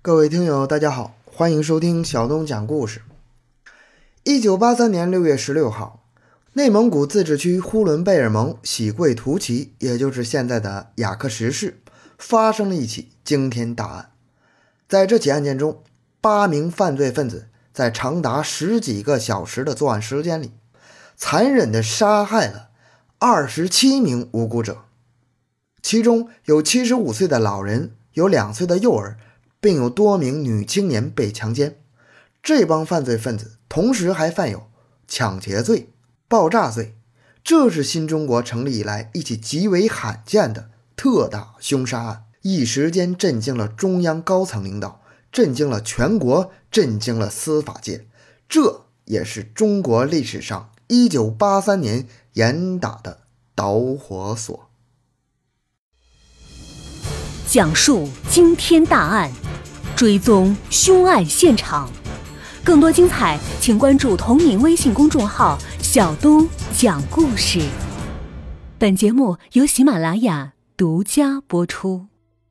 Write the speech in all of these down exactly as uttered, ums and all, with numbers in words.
各位听友大家好，欢迎收听小东讲故事。一九八三年六月十六号，内蒙古自治区呼伦贝尔盟喜贵图旗，也就是现在的雅克什市，发生了一起惊天大案。在这起案件中，八名犯罪分子在长达十几个小时的作案时间里，残忍地杀害了二十七名无辜者，其中有七十五岁的老人，有两岁的幼儿，并有多名女青年被强奸。这帮犯罪分子同时还犯有抢劫罪、爆炸罪，这是新中国成立以来一起极为罕见的特大凶杀案，一时间震惊了中央高层领导，震惊了全国，震惊了司法界。这也是中国历史上一九八三年严打的导火索。 讲述惊天大案，追踪凶案现场，更多精彩请关注同名微信公众号小东讲故事。本节目由喜马拉雅独家播出。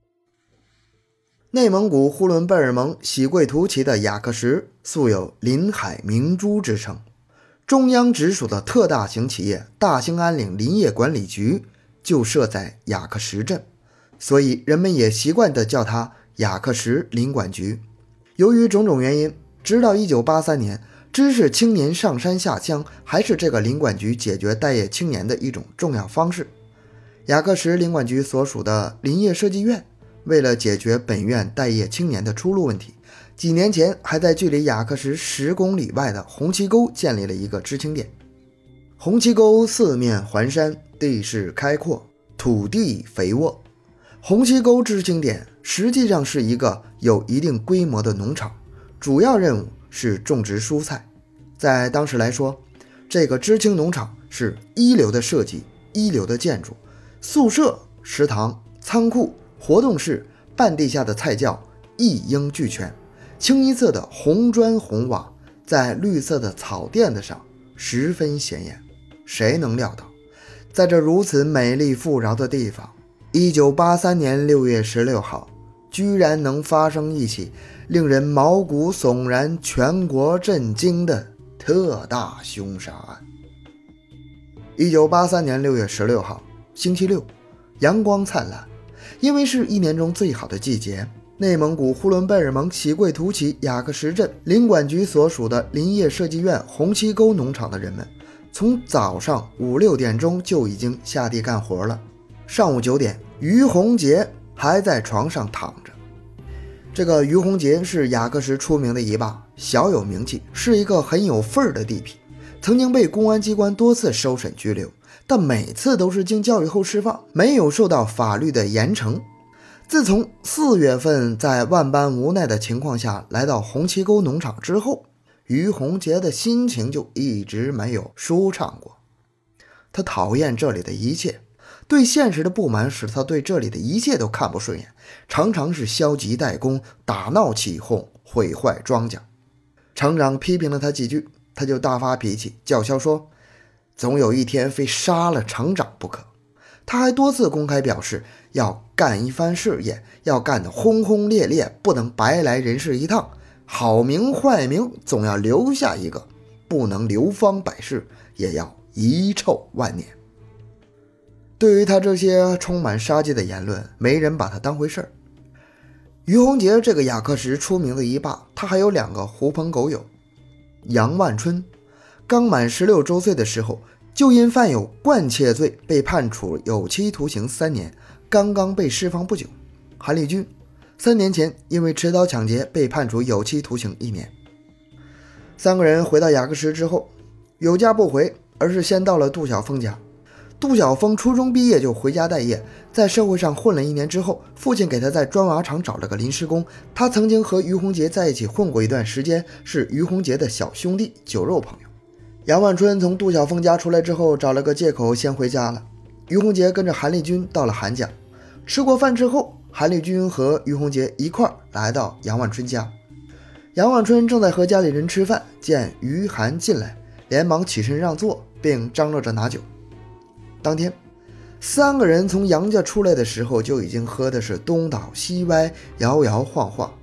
内蒙古呼伦贝尔盟喜贵图旗的雅克什素有临海明珠之称，中央直属的特大型企业大兴安岭林业管理局就设在雅克什镇，所以人们也习惯地叫它雅克什林管局。由于种种原因，直到一九八三年，知识青年上山下乡还是这个林管局解决待业青年的一种重要方式。雅克什林管局所属的林业设计院为了解决本院待业青年的出路问题，几年前还在距离雅克什十公里外的红旗沟建立了一个知青点。红旗沟四面环山，地势开阔，土地肥沃。红旗沟知青点实际上是一个有一定规模的农场，主要任务是种植蔬菜。在当时来说，这个知青农场是一流的设计，一流的建筑，宿舍、食堂、仓库、活动室、半地下的菜窖一应俱全。清一色的红砖红瓦在绿色的草垫子上十分显眼。谁能料到，在这如此美丽富饶的地方，一九八三年六月十六号，居然能发生一起令人毛骨悚然、全国震惊的特大凶杀案。一九八三年六月十六号，星期六，阳光灿烂，因为是一年中最好的季节，内蒙古呼伦贝尔盟喜贵图旗雅克什镇林管局所属的林业设计院红旗沟农场的人们，从早上五六点钟就已经下地干活了。上午九点，于洪杰还在床上躺着。这个于洪杰是雅克什出名的一霸，小有名气，是一个很有份儿的地痞，曾经被公安机关多次收审拘留，但每次都是经教育后释放，没有受到法律的严惩。自从四月份在万般无奈的情况下来到红旗沟农场之后，于洪杰的心情就一直没有舒畅过。他讨厌这里的一切，对现实的不满使他对这里的一切都看不顺眼，常常是消极怠工，打闹起哄，毁坏庄稼。厂长批评了他几句，他就大发脾气，叫嚣说总有一天非杀了厂长不可。他还多次公开表示要干一番事业，要干得轰轰烈烈，不能白来人世一趟，好名坏名总要留下一个，不能流芳百世，也要遗臭万年。对于他这些充满杀机的言论，没人把他当回事儿。于洪杰这个雅克什出名的一霸，他还有两个狐朋狗友。杨万春刚满十六周岁的时候，就因犯有惯窃罪被判处有期徒刑三年，刚刚被释放不久。韩立军三年前因为持刀抢劫被判处有期徒刑一年。三个人回到雅克什之后，有家不回，而是先到了杜晓峰家。杜晓峰初中毕业就回家待业，在社会上混了一年之后，父亲给他在砖瓦厂找了个临时工。他曾经和于洪杰在一起混过一段时间，是于洪杰的小兄弟，酒肉朋友。杨万春从杜晓峰家出来之后，找了个借口先回家了。于洪杰跟着韩立军到了韩家，吃过饭之后，韩立军和于洪杰一块儿来到杨万春家。杨万春正在和家里人吃饭，见于韩进来，连忙起身让座，并张罗着拿酒。当天三个人从杨家出来的时候，就已经喝的是东倒西歪，摇摇晃晃。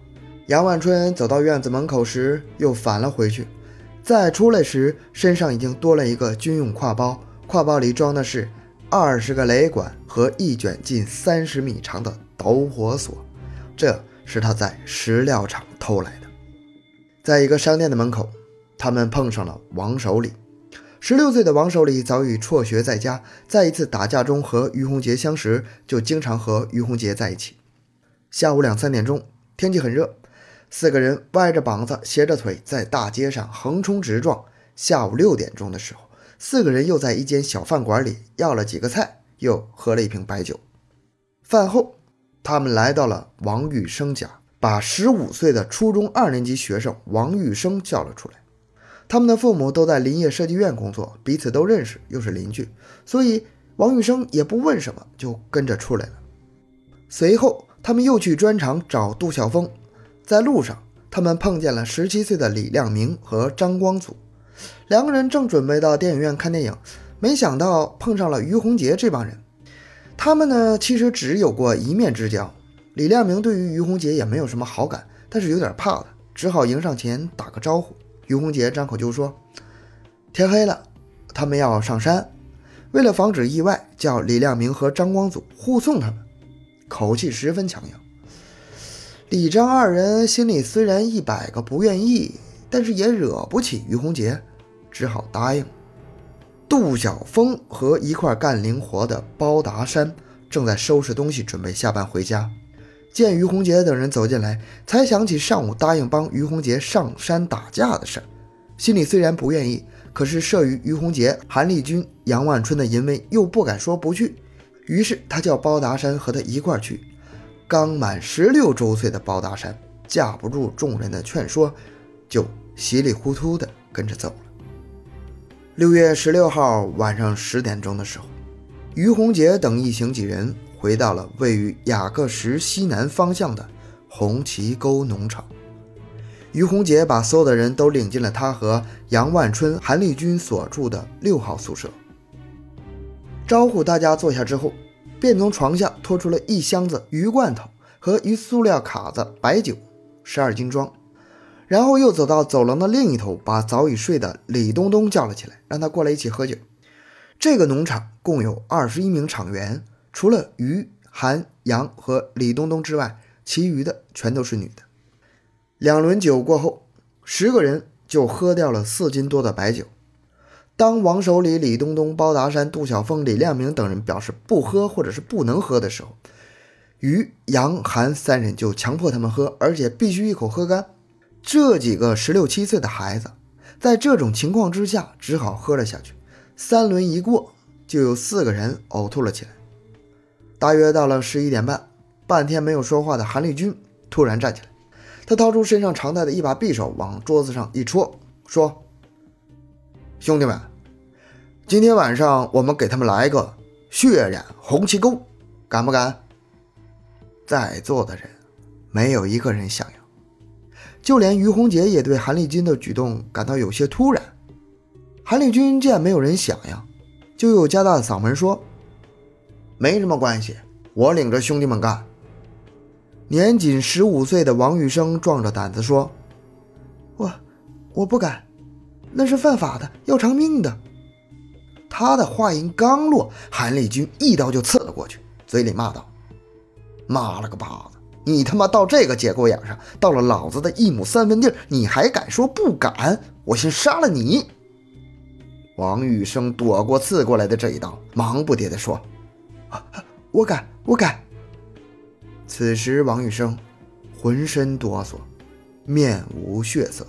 杨万春走到院子门口时又返了回去，再出来时身上已经多了一个军用挎包，挎包里装的是二十个雷管和一卷近三十米长的导火索，这是他在石料厂偷来的。在一个商店的门口，他们碰上了王守礼。十六岁的王守礼早已辍学在家，在一次打架中和于洪杰相识，就经常和于洪杰在一起。下午两三点钟，天气很热，四个人歪着膀子斜着腿在大街上横冲直撞。下午六点钟的时候，四个人又在一间小饭馆里要了几个菜，又喝了一瓶白酒。饭后他们来到了王玉生家，把十五岁的初中二年级学生王玉生叫了出来。他们的父母都在林业设计院工作，彼此都认识，又是邻居，所以王玉生也不问什么，就跟着出来了。随后他们又去砖厂找杜晓峰，在路上他们碰见了十七岁的李亮明和张光祖，两个人正准备到电影院看电影，没想到碰上了于洪杰这帮人。他们呢其实只有过一面之交，李亮明对于于洪杰也没有什么好感，但是有点怕他，只好迎上前打个招呼。于洪杰张口就说，天黑了，他们要上山，为了防止意外，叫李亮明和张光祖护送他们，口气十分强硬。李张二人心里虽然一百个不愿意，但是也惹不起于洪杰，只好答应。杜晓峰和一块干零活的包达山正在收拾东西准备下班回家，见于洪杰等人走进来，才想起上午答应帮于洪杰上山打架的事，心里虽然不愿意，可是慑于于洪杰、韩立军、杨万春的淫威，又不敢说不去，于是他叫包达山和他一块去。刚满十六周岁的包达山架不住众人的劝说，就稀里糊涂的跟着走了。六月十六号晚上十点钟的时候，于洪杰等一行几人回到了位于雅各石西南方向的红旗沟农场。于洪杰把所有的人都领进了他和杨万春、韩立军所住的六号宿舍，招呼大家坐下之后，便从床下拖出了一箱子鱼罐头和一塑料卡子白酒，十二斤装，然后又走到走廊的另一头，把早已睡的李东东叫了起来，让他过来一起喝酒。这个农场共有二十一名厂员，除了于、韩、杨和李东东之外，其余的全都是女的。两轮酒过后，十个人就喝掉了四斤多的白酒。当王守礼、李东东、包达山、杜晓峰、李亮明等人表示不喝或者是不能喝的时候，于、杨、韩三人就强迫他们喝，而且必须一口喝干。这几个十六七岁的孩子在这种情况之下只好喝了下去。三轮一过，就有四个人呕吐了起来。大约到了十一点半，半天没有说话的韩立军突然站起来，他掏出身上常带的一把匕首往桌子上一戳，说，兄弟们，今天晚上我们给他们来个血染红旗沟，敢不敢？在座的人没有一个人响应，就连于洪杰也对韩立军的举动感到有些突然。韩立军见没有人响应，就又加大了嗓门说，没什么关系，我领着兄弟们干。年仅十五岁的王玉生壮着胆子说，我我不敢，那是犯法的，要偿命的。他的话音刚落，韩立军一刀就刺了过去，嘴里骂道，妈了个巴子，你他妈到这个节骨眼上，到了老子的一亩三分地，你还敢说不敢？我先杀了你！王玉生躲过刺过来的这一刀，忙不迭地说，啊，我敢我敢。此时王玉生浑身哆嗦，面无血色。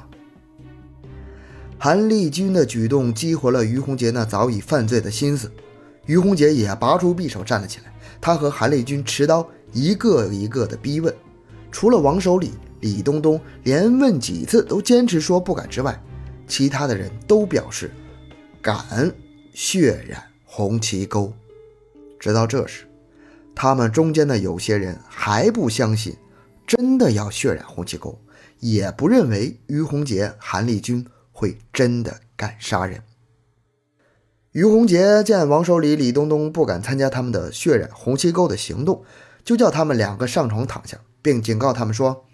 韩立军的举动激活了于洪杰那早已犯罪的心思，于洪杰也拔出匕首站了起来，他和韩立军持刀一个一个的逼问，除了王守礼、李东东连问几次都坚持说不敢之外，其他的人都表示敢血染红旗沟。直到这时，他们中间的有些人还不相信真的要血染红旗沟，也不认为于洪杰、韩立军会真的敢杀人。于洪杰见王守礼、李东东不敢参加他们的血染红旗沟的行动，就叫他们两个上床躺下，并警告他们说，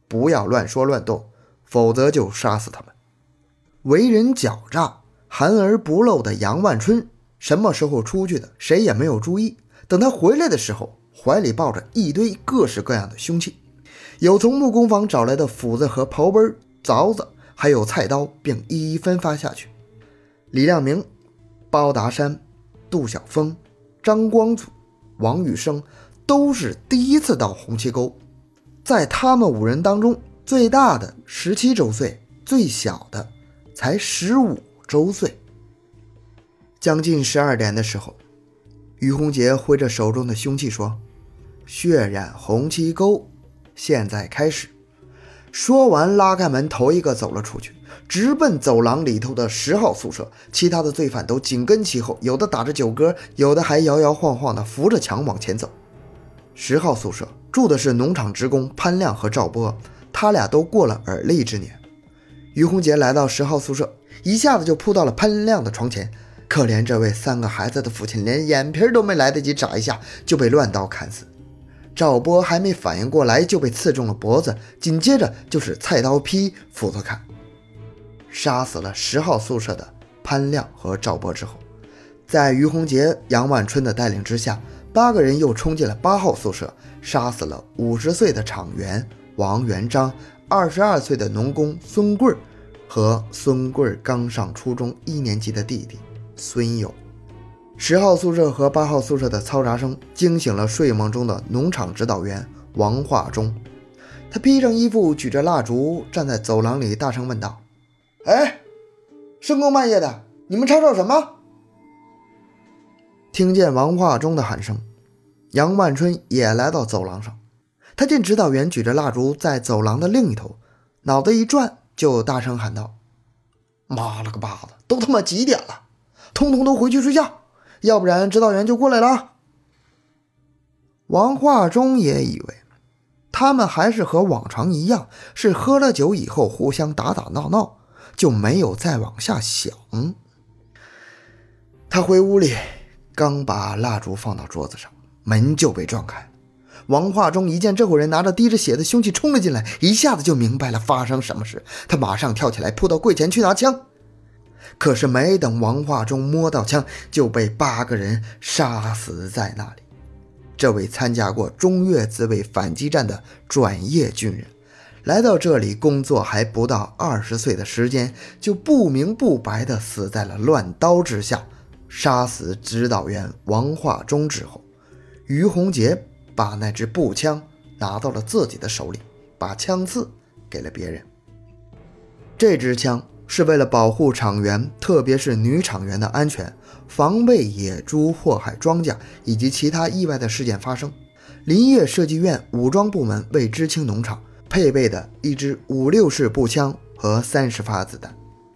不要乱说乱动，否则就杀死他们。为人狡诈、含而不露的杨万春什么时候出去的，谁也没有注意。等他回来的时候，怀里抱着一堆各式各样的凶器，有从木工房找来的斧子和刨根、凿子，还有菜刀，并一一分发下去。李亮明、包达山、杜晓峰、张光祖、王玉生都是第一次到红旗沟，在他们五人当中，最大的十七周岁，最小的才十五周岁。将近十二点的时候，于洪杰挥着手中的凶器说：“血染红旗沟，现在开始。”说完拉开门，头一个走了出去，直奔走廊里头的十号宿舍。其他的罪犯都紧跟其后，有的打着酒歌，有的还摇摇晃晃地扶着墙往前走。十号宿舍住的是农场职工潘亮和赵波，他俩都过了而立之年。于洪杰来到十号宿舍，一下子就扑到了潘亮的床前。可怜这位三个孩子的父亲，连眼皮都没来得及眨一下，就被乱刀砍死。赵波还没反应过来，就被刺中了脖子，紧接着就是菜刀劈，斧子砍。杀死了十号宿舍的潘亮和赵波之后，在于洪杰、杨万春的带领之下，八个人又冲进了八号宿舍，杀死了五十岁的厂员王元璋、二十二岁的农工孙贵和孙贵刚上初中一年级的弟弟孙友。十号宿舍和八号宿舍的嘈杂声惊醒了睡梦中的农场指导员王化忠。他披上衣服，举着蜡烛，站在走廊里大声问道：“哎，深更半夜的，你们吵吵什么？”听见王化忠的喊声，杨万春也来到走廊上。他见指导员举着蜡烛在走廊的另一头，脑袋一转，就大声喊道：“妈了个巴子，都他妈几点了？通通都回去睡觉，要不然指导员就过来了。”王化忠也以为他们还是和往常一样，是喝了酒以后互相打打闹闹，就没有再往下想。他回屋里，刚把蜡烛放到桌子上，门就被撞开。王化忠一见这伙人拿着滴着血的凶器冲了进来，一下子就明白了发生什么事。他马上跳起来扑到柜前去拿枪，可是没等王化忠摸到枪，就被八个人杀死在那里。这位参加过中越自卫反击战的转业军人，来到这里工作还不到二十岁的时间，就不明不白地死在了乱刀之下。杀死指导员王化忠之后，于洪杰把那支步枪拿到了自己的手里，把枪刺给了别人。这支枪是为了保护厂员，特别是女厂员的安全，防备野猪祸害庄稼以及其他意外的事件发生。林业设计院武装部门为知青农场配备的一支五六式步枪和三十发子弹。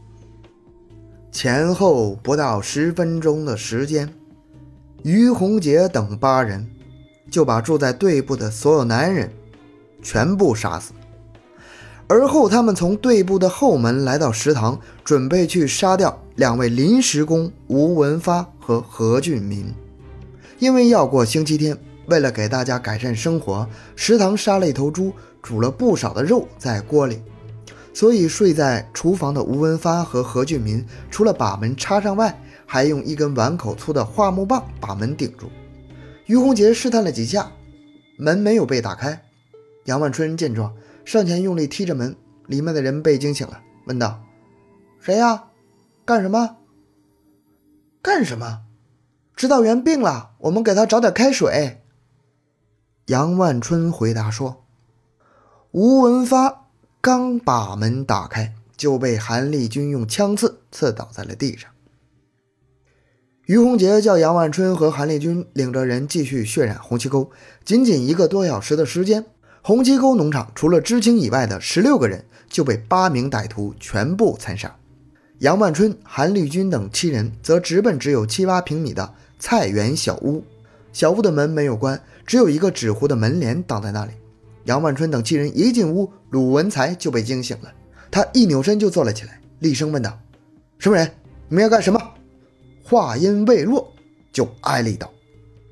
前后不到十分钟的时间，于洪杰等八人就把住在队部的所有男人全部杀死。而后他们从队部的后门来到食堂，准备去杀掉两位临时工吴文发和何俊民。因为要过星期天，为了给大家改善生活，食堂杀了一头猪，煮了不少的肉在锅里，所以睡在厨房的吴文发和何俊民除了把门插上外，还用一根碗口粗的桦木棒把门顶住。于洪杰试探了几下，门没有被打开。杨万春见状，上前用力踢着门，里面的人被惊醒了，问道：“谁呀？干什么？干什么？指导员病了，我们给他找点开水。”杨万春回答说：“吴文发刚把门打开，就被韩立军用枪刺刺倒在了地上。”于洪杰叫杨万春和韩立军领着人继续血染红旗沟。仅仅一个多小时的时间，红旗沟农场除了知青以外的十六个人就被八名歹徒全部残杀。杨万春、韩立军等七人则直奔只有七八平米的菜园小屋。小屋的门没有关，只有一个纸糊的门帘挡在那里。杨万春等七人一进屋，鲁文才就被惊醒了。他一扭身就坐了起来，厉声问道：“什么人？你们要干什么？”话音未落，就挨了一刀。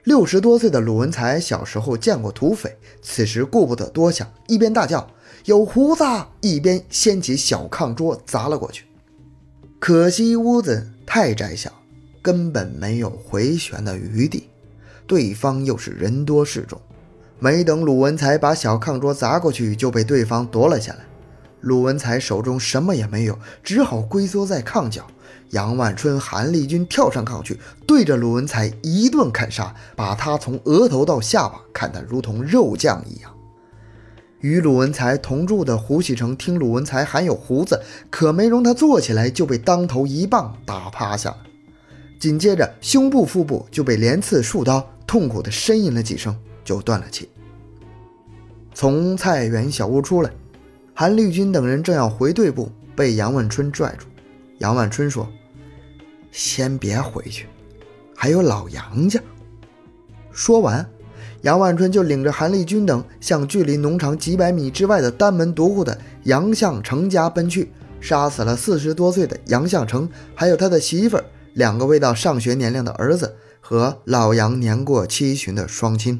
六十多岁的鲁文才小时候见过土匪，此时顾不得多想，一边大叫有胡子，一边掀起小炕桌砸了过去。可惜屋子太窄小，根本没有回旋的余地，对方又是人多势众，没等鲁文才把小炕桌砸过去，就被对方夺了下来。鲁文才手中什么也没有，只好龟缩在炕角。杨万春、韩立军跳上炕去，对着鲁文才一顿砍杀，把他从额头到下巴砍得如同肉酱一样。与鲁文才同住的胡锡成听鲁文才还有胡子，可没容他坐起来，就被当头一棒打趴下了。紧接着胸部腹部就被连刺数刀，痛苦地呻吟了几声就断了气。从菜园小屋出来，韩立军等人正要回队部，被杨万春拽住。杨万春说，先别回去，还有老杨家。说完，杨万春就领着韩立军等向距离农场几百米之外的单门独户的杨向成家奔去，杀死了四十多岁的杨向成，还有他的媳妇儿、两个未到上学年龄的儿子和老杨年过七旬的双亲。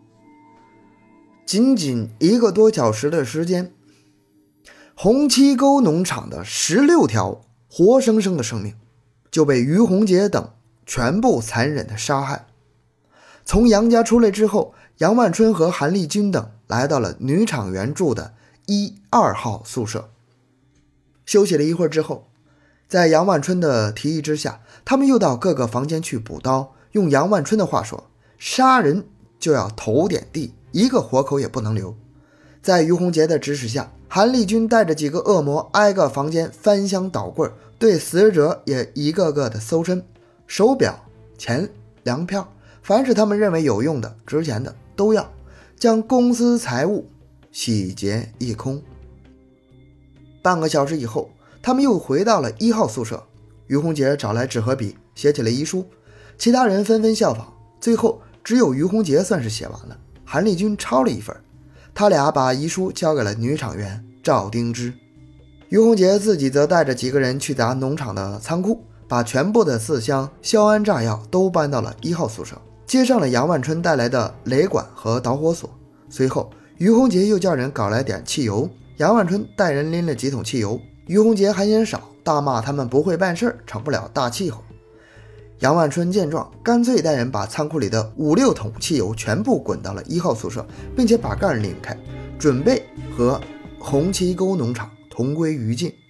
仅仅一个多小时的时间，红旗沟农场的十六条活生生的生命就被于洪杰等全部残忍的杀害。从杨家出来之后，杨万春和韩立军等来到了女厂员住的一二号宿舍。休息了一会儿之后，在杨万春的提议之下，他们又到各个房间去补刀。用杨万春的话说，杀人就要头点地，一个活口也不能留。在于洪杰的指使下，韩立军带着几个恶魔挨个房间翻箱倒柜，对死者也一个个的搜身，手表、钱、粮票，凡是他们认为有用的、值钱的都要，将公司财物洗劫一空。半个小时以后，他们又回到了一号宿舍。于洪杰找来纸和笔，写起了遗书，其他人纷纷效仿，最后只有于洪杰算是写完了，韩立军抄了一份。他俩把遗书交给了女厂员赵丁芝。于洪杰自己则带着几个人去砸农场的仓库，把全部的四箱硝铵炸药都搬到了一号宿舍，接上了杨万春带来的雷管和导火索。随后于洪杰又叫人搞来点汽油，杨万春带人拎了几桶汽油，于洪杰还嫌少，大骂他们不会办事，成不了大气候。杨万春见状，干脆带人把仓库里的五六桶汽油全部滚到了一号宿舍，并且把盖拧开，准备和红旗沟农场同归于尽。